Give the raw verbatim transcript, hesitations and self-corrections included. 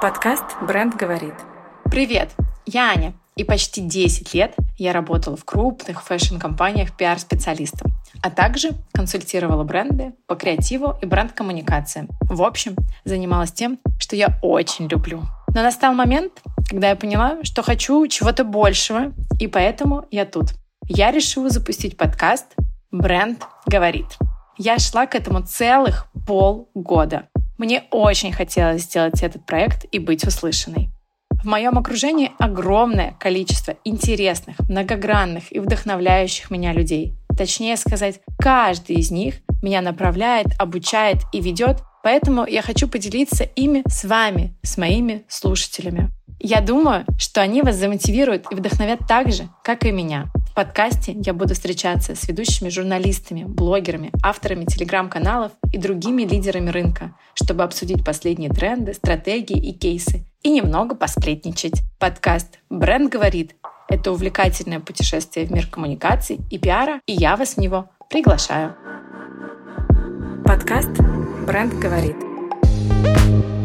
Подкаст «Бренд говорит». Привет, я Аня, и почти десять лет я работала в крупных фэшн-компаниях пиар-специалистом, а также консультировала бренды по креативу и бренд-коммуникациям. В общем, занималась тем, что я очень люблю. Но настал момент, когда я поняла, что хочу чего-то большего, и поэтому я тут. Я решила запустить подкаст «Бренд говорит». Я шла к этому целых полгода. Мне очень хотелось сделать этот проект и быть услышанной. В моем окружении огромное количество интересных, многогранных и вдохновляющих меня людей. Точнее сказать, каждый из них меня направляет, обучает и ведет, поэтому я хочу поделиться ими с вами, с моими слушателями. Я думаю, что они вас замотивируют и вдохновят так же, как и меня. В подкасте я буду встречаться с ведущими журналистами, блогерами, авторами телеграм-каналов и другими лидерами рынка, чтобы обсудить последние тренды, стратегии и кейсы, и немного посплетничать. Подкаст «Бренд говорит» — это увлекательное путешествие в мир коммуникаций и пиара, и я вас в него приглашаю. Подкаст «Бренд говорит».